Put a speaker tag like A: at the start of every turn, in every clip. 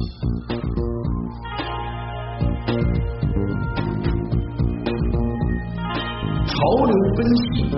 A: 潮流分析。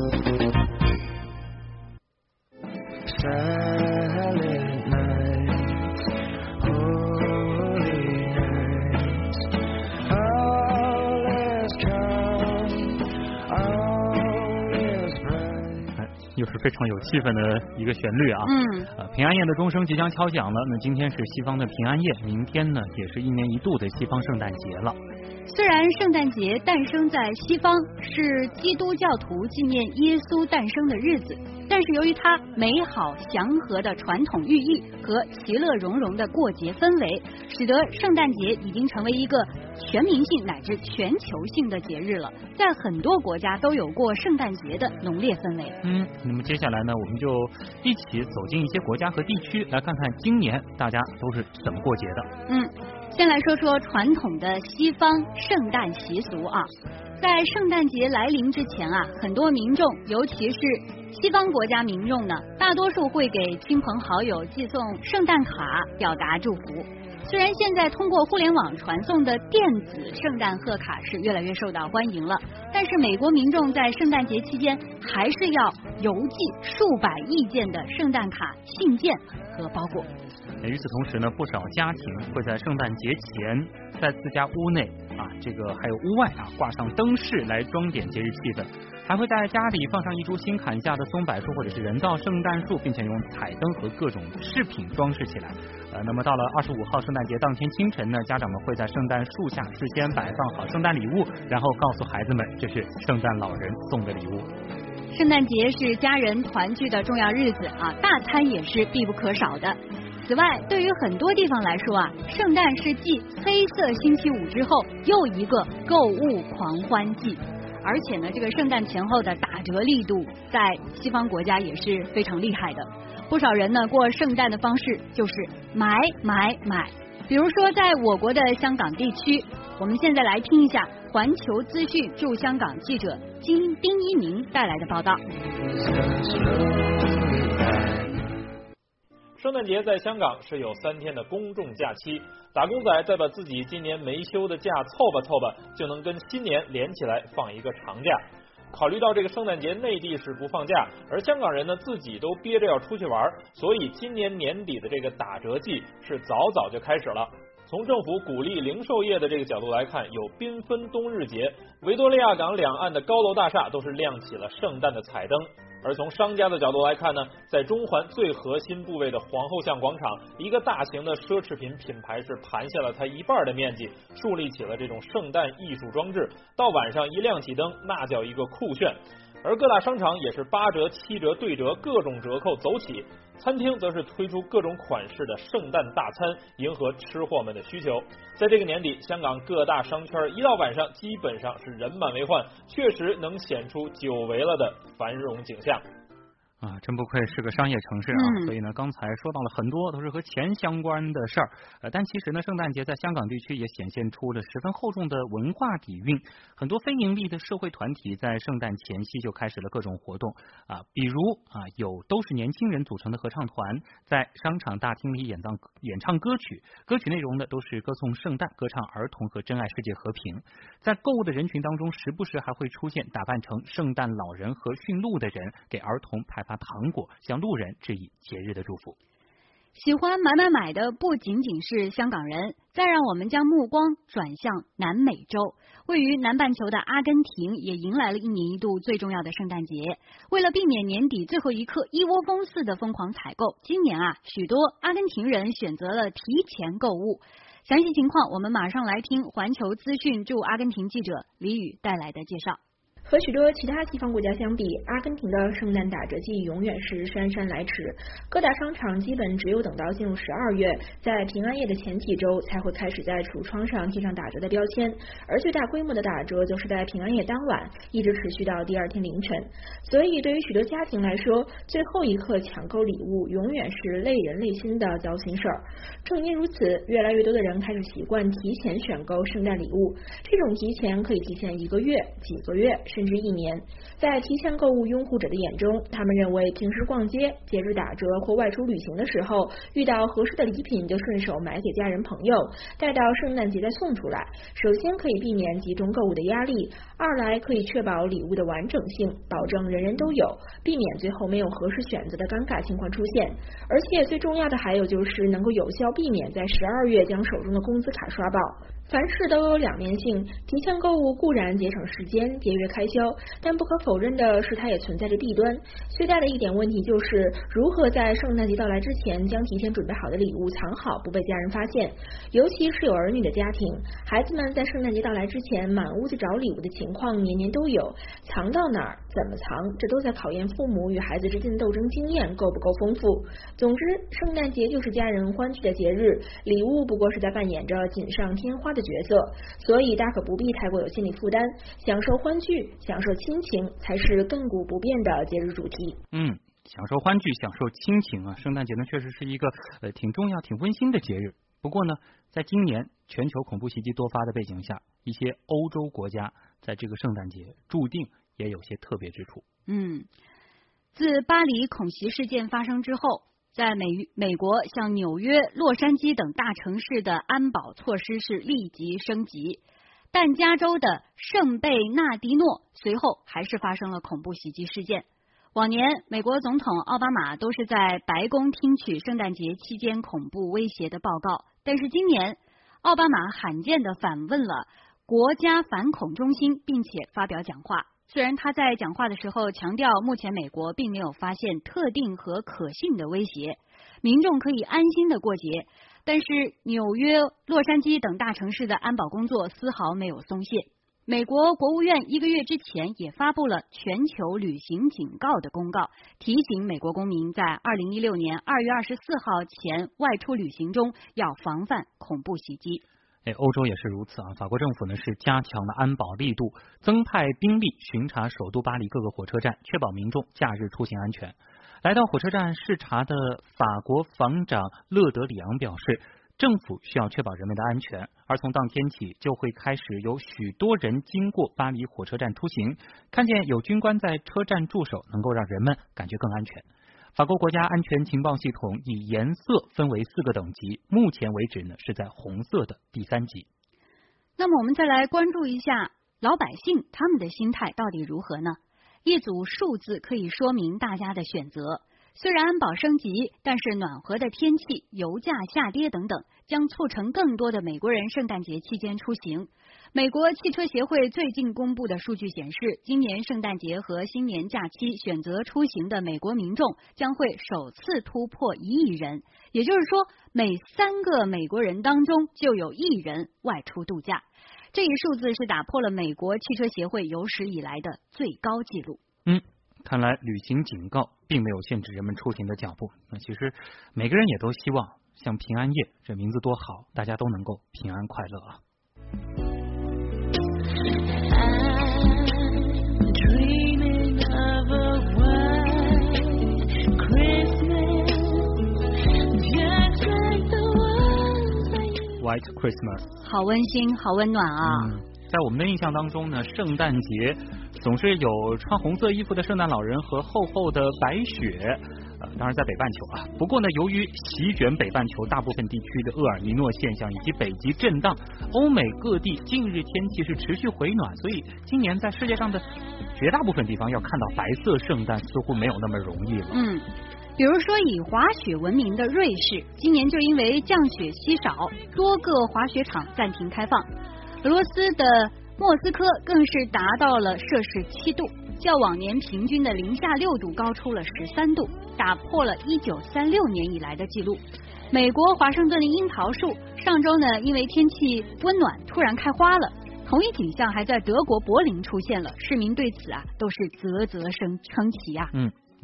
B: 又是非常有气氛的一个旋律啊！平安夜的钟声即将敲响了。那今天是西方的平安夜，明天呢也是1年1度的西方圣诞节了。
C: 虽然圣诞节诞生在西方，是基督教徒纪念耶稣诞生的日子，但是由于它美好祥和的传统寓意和其乐融融的过节氛围，使得圣诞节已经成为一个全民性乃至全球性的节日了。在很多国家都有过圣诞节的浓烈氛围。
B: 那么接下来呢，我们就一起走进一些国家和地区，来看看今年大家都是怎么过节的。
C: 先来说说传统的西方圣诞习俗啊。在圣诞节来临之前啊，很多民众，尤其是西方国家民众呢，大多数会给亲朋好友寄送圣诞卡，表达祝福。虽然现在通过互联网传送的电子圣诞贺卡是越来越受到欢迎了，但是美国民众在圣诞节期间还是要邮寄数百亿件的圣诞卡、信件和包裹。
B: 与此同时呢，不少家庭会在圣诞节前在自家屋内这个还有屋外挂上灯饰来装点节日气氛，还会在家里放上一株新砍下的松柏树或者是人造圣诞树，并且用彩灯和各种饰品装饰起来。那么到了25号圣诞节当天清晨呢，家长们会在圣诞树下事先摆放好圣诞礼物，然后告诉孩子们这是圣诞老人送的礼物。
C: 圣诞节是家人团聚的重要日子大餐也是必不可少的。此外，对于很多地方来说圣诞是继黑色星期五之后又一个购物狂欢季，而且呢，这个圣诞前后的打折力度在西方国家也是非常厉害的。不少人呢过圣诞的方式就是买。比如说在我国的香港地区，我们现在来听一下环球资讯驻香港记者丁一鸣带来的报道。
D: 圣诞节在香港是有3天的公众假期，打工仔再把自己今年没休的假凑吧，就能跟新年连起来放一个长假。考虑到这个圣诞节内地是不放假，而香港人呢自己都憋着要出去玩，所以今年年底的这个打折季是早就开始了。从政府鼓励零售业的这个角度来看，有缤纷冬日节，维多利亚港两岸的高楼大厦都是亮起了圣诞的彩灯。而从商家的角度来看呢，在中环最核心部位的皇后巷广场，一个大型的奢侈品品牌是盘下了它1半的面积，树立起了这种圣诞艺术装置，到晚上一亮起灯，那叫一个酷炫。而各大商场也是8折、7折对折，各种折扣走起。餐厅则是推出各种款式的圣诞大餐，迎合吃货们的需求。在这个年底，香港各大商圈一到晚上基本上是人满为患，确实能显出久违了的繁荣景象。
B: 真不愧是个商业城市所以呢，刚才说到了很多都是和钱相关的事儿，但其实呢，圣诞节在香港地区也显现出了十分厚重的文化底蕴。很多非盈利的社会团体在圣诞前夕就开始了各种活动比如有都是年轻人组成的合唱团，在商场大厅里演唱歌曲，歌曲内容呢都是歌颂圣诞、歌唱儿童和珍爱世界和平。在购物的人群当中，时不时还会出现打扮成圣诞老人和驯鹿的人，给儿童派发糖果，向路人致以节日的祝福。
C: 喜欢买的不仅仅是香港人，再让我们将目光转向南美洲。位于南半球的阿根廷也迎来了1年1度最重要的圣诞节。为了避免年底最后一刻一窝蜂似的疯狂采购，今年许多阿根廷人选择了提前购物。详细情况我们马上来听环球资讯驻阿根廷记者李宇带来的介绍。
E: 和许多其他西方国家相比，阿根廷的圣诞打折季永远是姗姗来迟。各大商场基本只有等到进入12月，在平安夜的前几周才会开始在橱窗上贴上打折的标签，而最大规模的打折就是在平安夜当晚，一直持续到第2天凌晨。所以对于许多家庭来说，最后一刻抢购礼物永远是累人累心的糟心事儿。正因如此，越来越多的人开始习惯提前选购圣诞礼物，这种提前可以提前1个月、几个月甚至1年。在提前购物拥护者的眼中，他们认为平时逛街、节日打折或外出旅行的时候，遇到合适的礼品就顺手买给家人朋友，待到圣诞节再送出来。首先可以避免集中购物的压力，二来可以确保礼物的完整性，保证人人都有，避免最后没有合适选择的尴尬情况出现。而且最重要的还有就是能够有效避免在12月将手中的工资卡刷爆。凡事都有两面性，提前购物固然节省时间、节约开销，但不可否认的是它也存在着弊端。最大的一点问题就是如何在圣诞节到来之前将提前准备好的礼物藏好，不被家人发现。尤其是有儿女的家庭，孩子们在圣诞节到来之前满屋子找礼物的情况年年都有，藏到哪儿、怎么藏，这都在考验父母与孩子之间的斗争经验够不够丰富。总之，圣诞节就是家人欢聚的节日，礼物不过是在扮演着锦上添花的角色，所以大可不必太过有心理负担，享受欢聚、享受亲情才是亘古不变的节日主题。
B: 享受欢聚、享受亲情啊，圣诞节呢确实是一个挺重要、挺温馨的节日。不过呢，在今年全球恐怖袭击多发的背景下，一些欧洲国家在这个圣诞节注定也有些特别之处。
C: 自巴黎恐袭事件发生之后，在美国像纽约、洛杉矶等大城市的安保措施是立即升级，但加州的圣贝纳迪诺随后还是发生了恐怖袭击事件。往年美国总统奥巴马都是在白宫听取圣诞节期间恐怖威胁的报告，但是今年奥巴马罕见地反问了国家反恐中心，并且发表讲话。虽然他在讲话的时候强调目前美国并没有发现特定和可信的威胁，民众可以安心的过节，但是纽约、洛杉矶等大城市的安保工作丝毫没有松懈。美国国务院1个月之前也发布了全球旅行警告的公告，提醒美国公民在2016年2月24号前外出旅行中要防范恐怖袭击。
B: 欧洲也是如此啊！法国政府呢是加强了安保力度，增派兵力巡查首都巴黎各个火车站，确保民众假日出行安全。来到火车站视察的法国防长勒德里昂表示，政府需要确保人们的安全，而从当天起就会开始有许多人经过巴黎火车站出行，看见有军官在车站驻守，能够让人们感觉更安全。法国国家安全情报系统以颜色分为4个等级，目前为止呢是在红色的第3级。
C: 那么我们再来关注一下老百姓他们的心态到底如何呢？一组数字可以说明大家的选择。虽然安保升级，但是暖和的天气、油价下跌等等，将促成更多的美国人圣诞节期间出行。美国汽车协会最近公布的数据显示，今年圣诞节和新年假期选择出行的美国民众将会首次突破1亿人，也就是说，每3个美国人当中就有1人外出度假。这一数字是打破了美国汽车协会有史以来的最高纪录。
B: 看来旅行警告并没有限制人们出行的脚步。那其实每个人也都希望像平安夜，这名字多好，大家都能够平安快乐啊。White Christmas，
C: 好温馨，好温暖啊！
B: 在我们的印象当中呢，圣诞节总是有穿红色衣服的圣诞老人和厚厚的白雪。当然在北半球啊，不过呢，由于席卷北半球大部分地区的厄尔尼诺现象以及北极震荡，欧美各地近日天气是持续回暖，所以今年在世界上的绝大部分地方要看到白色圣诞似乎没有那么容易了。
C: 比如说以滑雪闻名的瑞士，今年就因为降雪稀少，多个滑雪场暂停开放。俄罗斯的莫斯科更是达到了摄氏7度，较往年平均的零下6度高出了13度，打破了1936年以来的记录。美国华盛顿的樱桃树上周呢，因为天气温暖突然开花了。同一景象还在德国柏林出现了，市民对此啊都是啧啧称奇啊。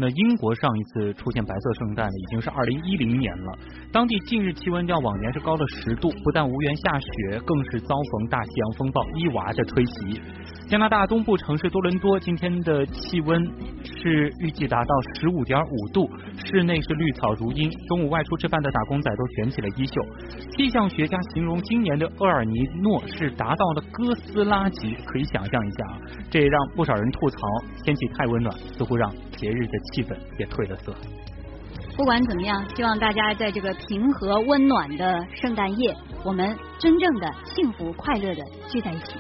B: 那英国上一次出现白色圣诞已经是2010年了，当地近日气温较往年是高了10度，不但无缘下雪，更是遭逢大西洋风暴伊娃的吹袭。加拿大东部城市多伦多今天的气温是预计达到15.5度，室内是绿草如茵，中午外出吃饭的打工仔都卷起了衣袖。气象学家形容今年的厄尔尼诺是达到了哥斯拉级，可以想象一下啊，这也让不少人吐槽天气太温暖，似乎让节日的气氛也褪了色。
C: 不管怎么样，希望大家在这个平和温暖的圣诞夜，我们真正的幸福快乐的聚在一起。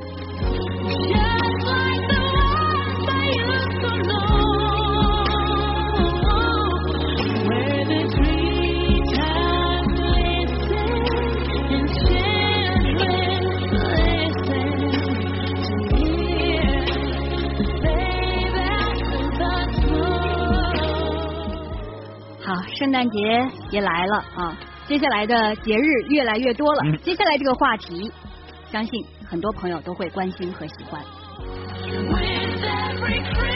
C: 好，圣诞节也来了啊！接下来的节日越来越多了。接下来这个话题，相信很多朋友都会关心和喜欢。